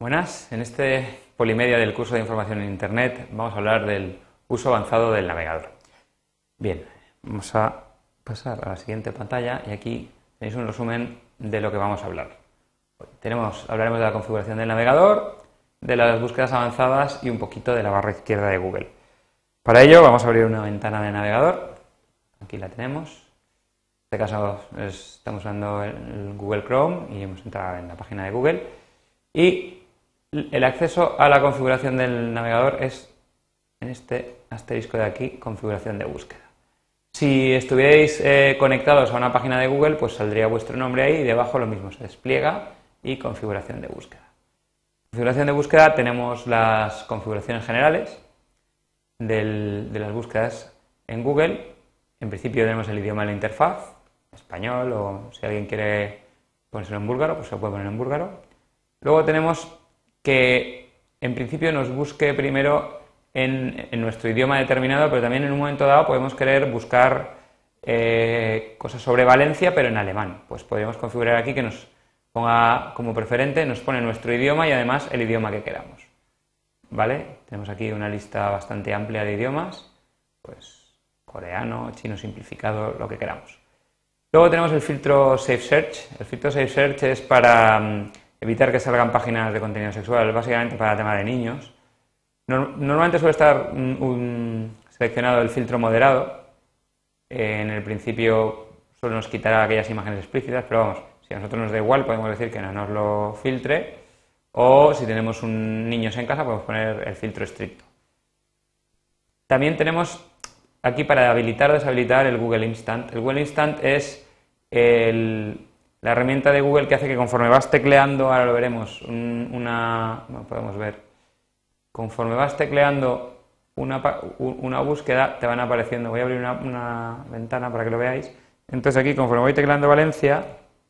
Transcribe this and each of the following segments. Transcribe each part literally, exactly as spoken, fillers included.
Buenas, en este polimedia del curso de información en Internet vamos a hablar del uso avanzado del navegador. Bien, vamos a pasar a la siguiente pantalla y aquí tenéis un resumen de lo que vamos a hablar. Tenemos, hablaremos de la configuración del navegador, de las búsquedas avanzadas y un poquito de la barra izquierda de Google. Para ello vamos a abrir una ventana de navegador, aquí la tenemos. En este caso estamos usando el Google Chrome y hemos entrado en la página de Google y el acceso a la configuración del navegador es en este asterisco de aquí, configuración de búsqueda. Si estuvierais eh, conectados a una página de Google, pues saldría vuestro nombre ahí y debajo lo mismo, se despliega y configuración de búsqueda. Configuración de búsqueda tenemos las configuraciones generales del, de las búsquedas en Google. En principio tenemos el idioma de la interfaz, español, o si alguien quiere ponérselo en búlgaro, pues se puede poner en búlgaro. Luego tenemos que en principio nos busque primero en, en nuestro idioma determinado, pero también en un momento dado podemos querer buscar eh, cosas sobre Valencia, pero en alemán. Pues podríamos configurar aquí que nos ponga como preferente, nos pone nuestro idioma y además el idioma que queramos. ¿Vale? Tenemos aquí una lista bastante amplia de idiomas, pues coreano, chino simplificado, lo que queramos. Luego tenemos el filtro Safe Search. El filtro Safe Search es para um, evitar que salgan páginas de contenido sexual, básicamente para el tema de niños. Normalmente suele estar un, un, seleccionado el filtro moderado. Eh, en el principio solo nos quitará aquellas imágenes explícitas, pero vamos, si a nosotros nos da igual podemos decir que no nos lo filtre, o si tenemos un niños en casa podemos poner el filtro estricto. También tenemos aquí para habilitar o deshabilitar el Google Instant. El Google Instant es el, la herramienta de Google que hace que conforme vas tecleando, ahora lo veremos, un, una, bueno, podemos ver, conforme vas tecleando una, una búsqueda te van apareciendo, voy a abrir una, una ventana para que lo veáis. Entonces aquí conforme voy tecleando Valencia,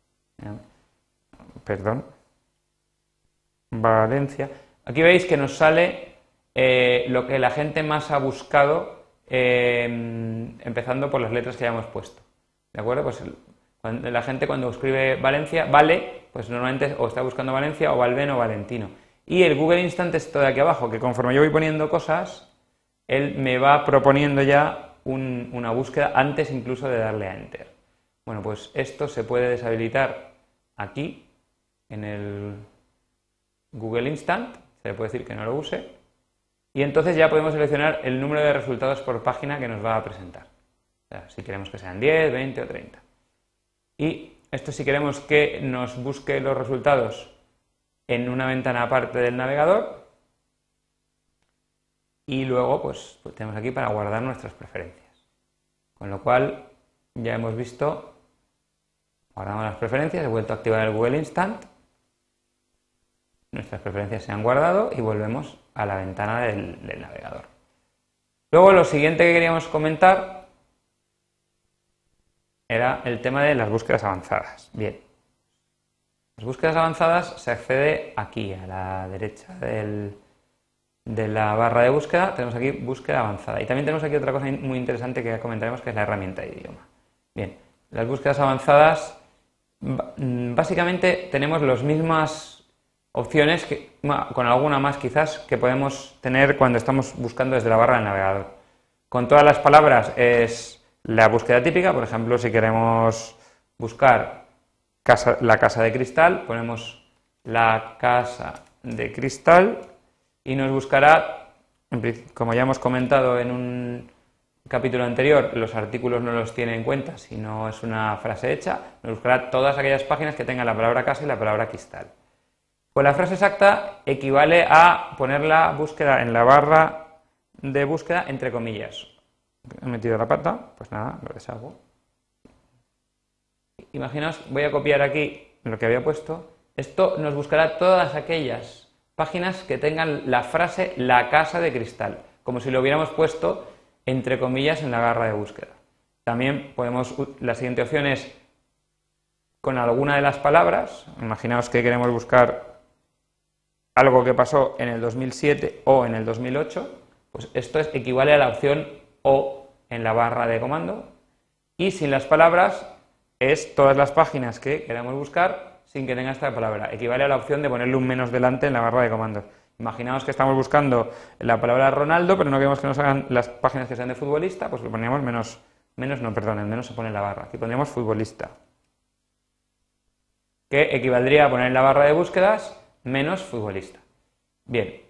perdón, Valencia, aquí veis que nos sale eh, lo que la gente más ha buscado, eh, empezando por las letras que hayamos puesto, ¿de acuerdo? Pues el, cuando, la gente cuando escribe Valencia, vale, pues normalmente o está buscando Valencia o Valven o Valentino. Y el Google Instant es todo de aquí abajo, que conforme yo voy poniendo cosas, él me va proponiendo ya un, una búsqueda antes incluso de darle a Enter. Bueno, pues esto se puede deshabilitar aquí, en el Google Instant, se le puede decir que no lo use, y entonces ya podemos seleccionar el número de resultados por página que nos va a presentar. O sea, si queremos que sean diez, veinte o treinta. Y esto si queremos que nos busque los resultados en una ventana aparte del navegador, y luego pues, pues tenemos aquí para guardar nuestras preferencias. Con lo cual ya hemos visto, guardamos las preferencias, he vuelto a activar el Google Instant, nuestras preferencias se han guardado y volvemos a la ventana del, del navegador. Luego lo siguiente que queríamos comentar era el tema de las búsquedas avanzadas. Bien, las búsquedas avanzadas se accede aquí a la derecha del, de la barra de búsqueda, tenemos aquí búsqueda avanzada y también tenemos aquí otra cosa muy interesante que comentaremos, que es la herramienta de idioma. Bien, las búsquedas avanzadas, básicamente tenemos las mismas opciones, que, con alguna más quizás, que podemos tener cuando estamos buscando desde la barra del navegador. Con todas las palabras es la búsqueda típica, por ejemplo, si queremos buscar casa, la casa de cristal, ponemos la casa de cristal y nos buscará, como ya hemos comentado en un capítulo anterior, los artículos no los tiene en cuenta, si no es una frase hecha, nos buscará todas aquellas páginas que tengan la palabra casa y la palabra cristal. Pues la frase exacta equivale a poner la búsqueda en la barra de búsqueda entre comillas. He metido la pata, pues nada, lo deshago. Imaginaos, voy a copiar aquí lo que había puesto. Esto nos buscará todas aquellas páginas que tengan la frase la casa de cristal, como si lo hubiéramos puesto entre comillas en la barra de búsqueda. También podemos, la siguiente opción es con alguna de las palabras. Imaginaos que queremos buscar algo que pasó en el dos mil siete o en el dos mil ocho, pues esto es, equivale a la opción O en la barra de comando, y sin las palabras es todas las páginas que queramos buscar sin que tenga esta palabra. Equivale a la opción de ponerle un menos delante en la barra de comandos. Imaginaos que estamos buscando la palabra Ronaldo, pero no queremos que nos hagan las páginas que sean de futbolista, pues le ponemos menos, menos no, perdón, el menos se pone en la barra. Aquí pondríamos futbolista, que equivaldría a poner en la barra de búsquedas menos futbolista. Bien,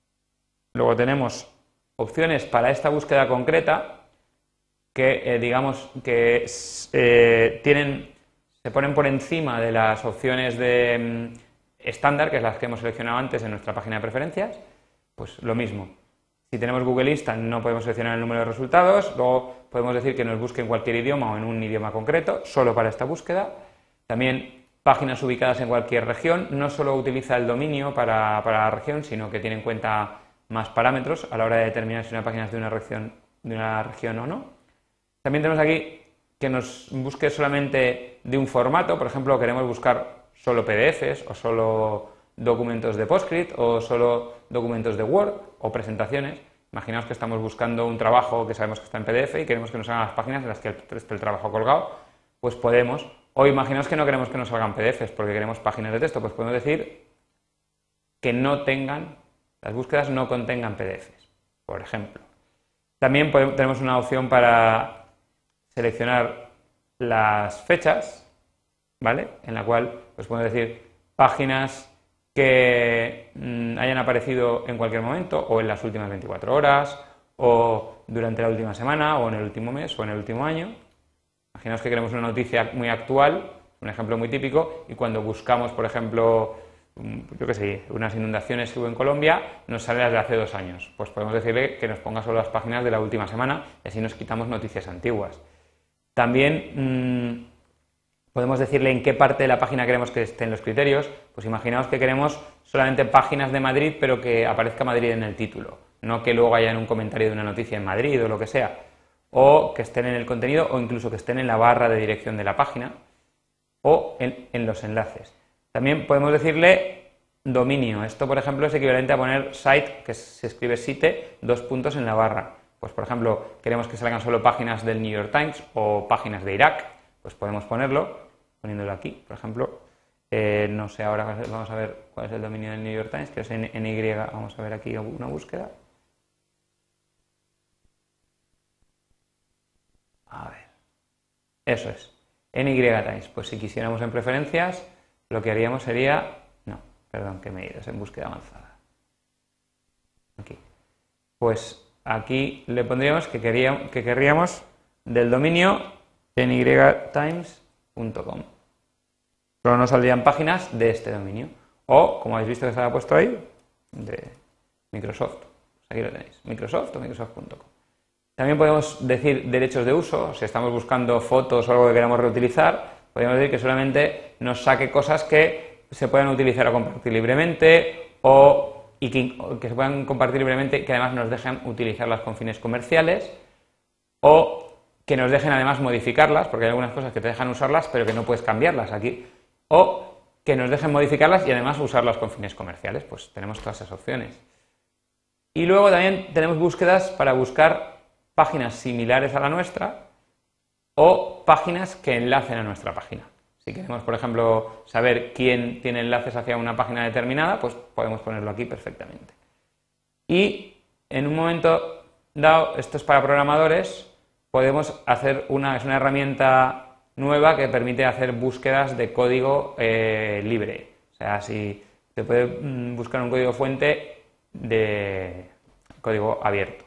luego tenemos opciones para esta búsqueda concreta que, eh, digamos, que eh, tienen, se ponen por encima de las opciones de estándar, que es las que hemos seleccionado antes en nuestra página de preferencias. Pues lo mismo. Si tenemos Google Instant no podemos seleccionar el número de resultados, luego podemos decir que nos busque en cualquier idioma o en un idioma concreto, solo para esta búsqueda. También páginas ubicadas en cualquier región, no solo utiliza el dominio para, para la región, sino que tiene en cuenta más parámetros a la hora de determinar si una página es de una región, de una región o no. También tenemos aquí que nos busque solamente de un formato, por ejemplo, queremos buscar solo P D Efes o solo documentos de PostScript o solo documentos de Word o presentaciones. Imaginaos que estamos buscando un trabajo que sabemos que está en P D F y queremos que nos hagan las páginas en las que esté el trabajo colgado, pues podemos. O imaginaos que no queremos que nos salgan P D Efes porque queremos páginas de texto, pues podemos decir que no tengan, las búsquedas no contengan P D Efes, por ejemplo. También podemos, tenemos una opción para seleccionar las fechas, ¿vale? En la cual pues podemos decir páginas que mmm, hayan aparecido en cualquier momento o en las últimas veinticuatro horas o durante la última semana o en el último mes o en el último año. Imaginaos que queremos una noticia muy actual, un ejemplo muy típico, y cuando buscamos, por ejemplo, yo qué sé, unas inundaciones que hubo en Colombia, nos sale las de hace dos años. Pues podemos decirle que nos ponga solo las páginas de la última semana y así nos quitamos noticias antiguas. También mmm, podemos decirle en qué parte de la página queremos que estén los criterios. Pues imaginaos que queremos solamente páginas de Madrid, pero que aparezca Madrid en el título, no que luego haya en un comentario de una noticia en Madrid o lo que sea, o que estén en el contenido o incluso que estén en la barra de dirección de la página o en, en los enlaces. También podemos decirle dominio. Esto, por ejemplo, es equivalente a poner site, que se escribe site, dos puntos en la barra. Pues, por ejemplo, queremos que salgan solo páginas del New York Times o páginas de Irak, pues podemos ponerlo, poniéndolo aquí, por ejemplo. Eh, no sé, ahora vamos a ver cuál es el dominio del New York Times, que es en, en Y. Vamos a ver aquí una búsqueda. A ver, eso es, N Y Times. Pues si quisiéramos en preferencias, lo que haríamos sería, no, perdón, que me he ido, es en búsqueda avanzada. Aquí. Pues aquí le pondríamos que, queríamos, que querríamos del dominio N Y times punto com. Solo nos saldrían páginas de este dominio. O, como habéis visto que estaba puesto ahí, de Microsoft. Pues aquí lo tenéis, Microsoft o Microsoft punto com. También podemos decir derechos de uso. Si estamos buscando fotos o algo que queramos reutilizar, podemos decir que solamente nos saque cosas que se puedan utilizar o compartir libremente o y que, que se puedan compartir libremente y que además nos dejen utilizarlas con fines comerciales o que nos dejen además modificarlas, porque hay algunas cosas que te dejan usarlas pero que no puedes cambiarlas aquí, o que nos dejen modificarlas y además usarlas con fines comerciales. Pues tenemos todas esas opciones. Y luego también tenemos búsquedas para buscar páginas similares a la nuestra o páginas que enlacen a nuestra página. Si queremos, por ejemplo, saber quién tiene enlaces hacia una página determinada, pues podemos ponerlo aquí perfectamente. Y en un momento dado, esto es para programadores, podemos hacer una, es una herramienta nueva que permite hacer búsquedas de código eh, libre. O sea, si se puede buscar un código fuente de código abierto.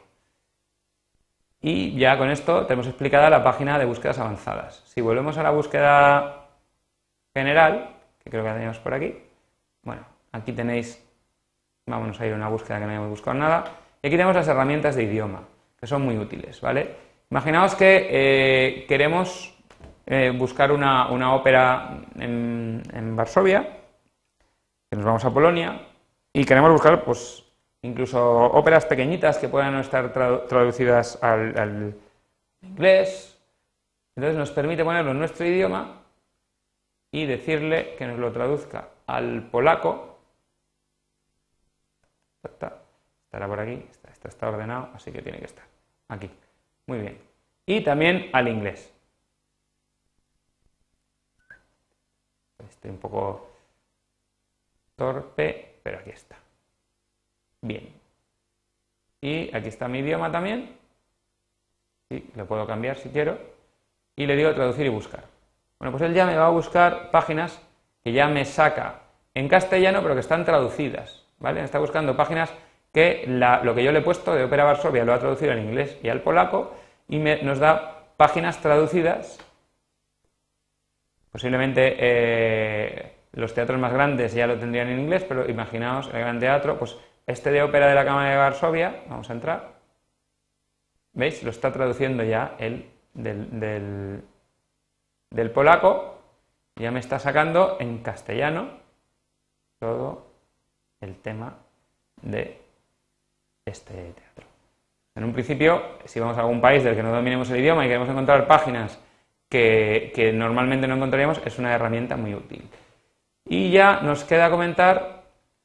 Y ya con esto tenemos explicada la página de búsquedas avanzadas. Si volvemos a la búsqueda general, que creo que la tenemos por aquí, bueno, aquí tenéis, vámonos a ir a una búsqueda que no hayamos buscado nada, y aquí tenemos las herramientas de idioma, que son muy útiles, ¿vale? Imaginaos que eh, queremos eh, buscar una, una ópera en, en Varsovia, que nos vamos a Polonia, y queremos buscar, pues, incluso óperas pequeñitas que puedan no estar tradu traducidas al, al inglés. Entonces nos permite ponerlo en nuestro idioma y decirle que nos lo traduzca al polaco. Estará por aquí, esto está ordenado, así que tiene que estar aquí. Muy bien. Y también al inglés. estoy un poco torpe, pero aquí está. Bien. Y aquí está mi idioma también. Sí, lo puedo cambiar si quiero. Y le digo traducir y buscar. Bueno, pues él ya me va a buscar páginas que ya me saca en castellano, pero que están traducidas, ¿vale? Me está buscando páginas que la, lo que yo le he puesto de Ópera Varsovia lo ha traducido al inglés y al polaco y me, nos da páginas traducidas. Posiblemente eh, los teatros más grandes ya lo tendrían en inglés, pero imaginaos el Gran Teatro, pues este de ópera de la Cámara de Varsovia, vamos a entrar, ¿veis? Lo está traduciendo ya él del, del, del polaco, ya me está sacando en castellano todo el tema de este teatro. En un principio, si vamos a algún país del que no dominemos el idioma y queremos encontrar páginas que, que normalmente no encontraríamos, es una herramienta muy útil. Y ya nos queda comentar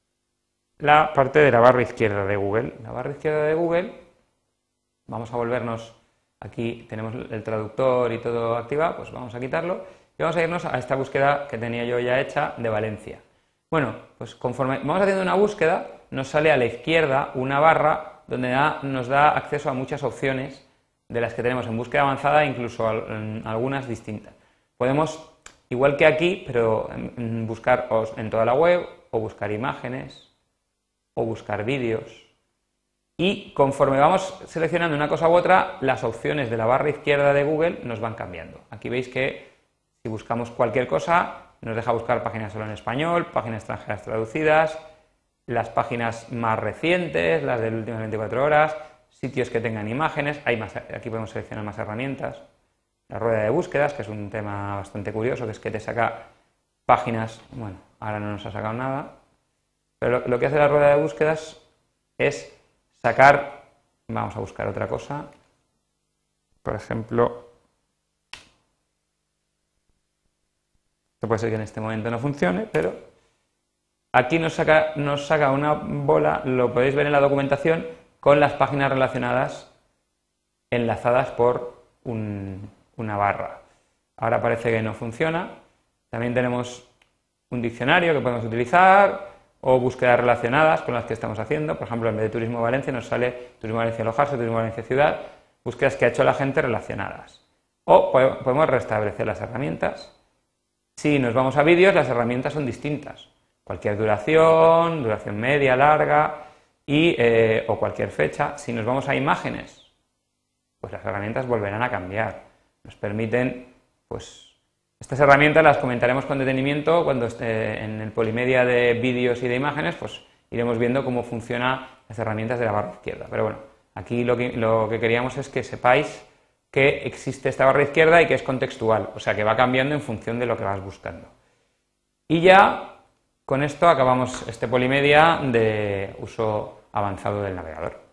la parte de la barra izquierda de Google. La barra izquierda de Google, vamos a volvernos, aquí tenemos el traductor y todo activado, pues vamos a quitarlo y vamos a irnos a esta búsqueda que tenía yo ya hecha de Valencia. Bueno, pues conforme vamos haciendo una búsqueda, nos sale a la izquierda una barra donde da, nos da acceso a muchas opciones de las que tenemos en búsqueda avanzada, incluso en algunas distintas. Podemos, igual que aquí, pero buscar en toda la web, o buscar imágenes, o buscar vídeos. Y conforme vamos seleccionando una cosa u otra, las opciones de la barra izquierda de Google nos van cambiando. Aquí veis que si buscamos cualquier cosa, nos deja buscar páginas solo en español, páginas extranjeras traducidas, las páginas más recientes, las de las últimas veinticuatro horas, sitios que tengan imágenes, hay más, aquí podemos seleccionar más herramientas, la rueda de búsquedas, que es un tema bastante curioso, que es que te saca páginas, bueno, ahora no nos ha sacado nada, pero lo, lo que hace la rueda de búsquedas es sacar, vamos a buscar otra cosa, por ejemplo, esto puede ser que en este momento no funcione, pero aquí nos saca, nos saca una bola, lo podéis ver en la documentación, con las páginas relacionadas enlazadas por un, una barra. Ahora parece que no funciona. También tenemos un diccionario que podemos utilizar o búsquedas relacionadas con las que estamos haciendo. Por ejemplo, en vez de Turismo Valencia nos sale Turismo Valencia Alojarse, Turismo Valencia Ciudad, búsquedas que ha hecho la gente relacionadas. O podemos restablecer las herramientas. Si nos vamos a vídeos, las herramientas son distintas. Cualquier duración, duración media, larga y, eh, o cualquier fecha. Si nos vamos a imágenes, pues las herramientas volverán a cambiar. Nos permiten, pues, estas herramientas las comentaremos con detenimiento cuando esté en el polimedia de vídeos y de imágenes, pues iremos viendo cómo funcionan las herramientas de la barra izquierda. Pero bueno, aquí lo que, lo que queríamos es que sepáis que existe esta barra izquierda y que es contextual, o sea que va cambiando en función de lo que vas buscando. Y ya con esto acabamos este polimedia de uso avanzado del navegador.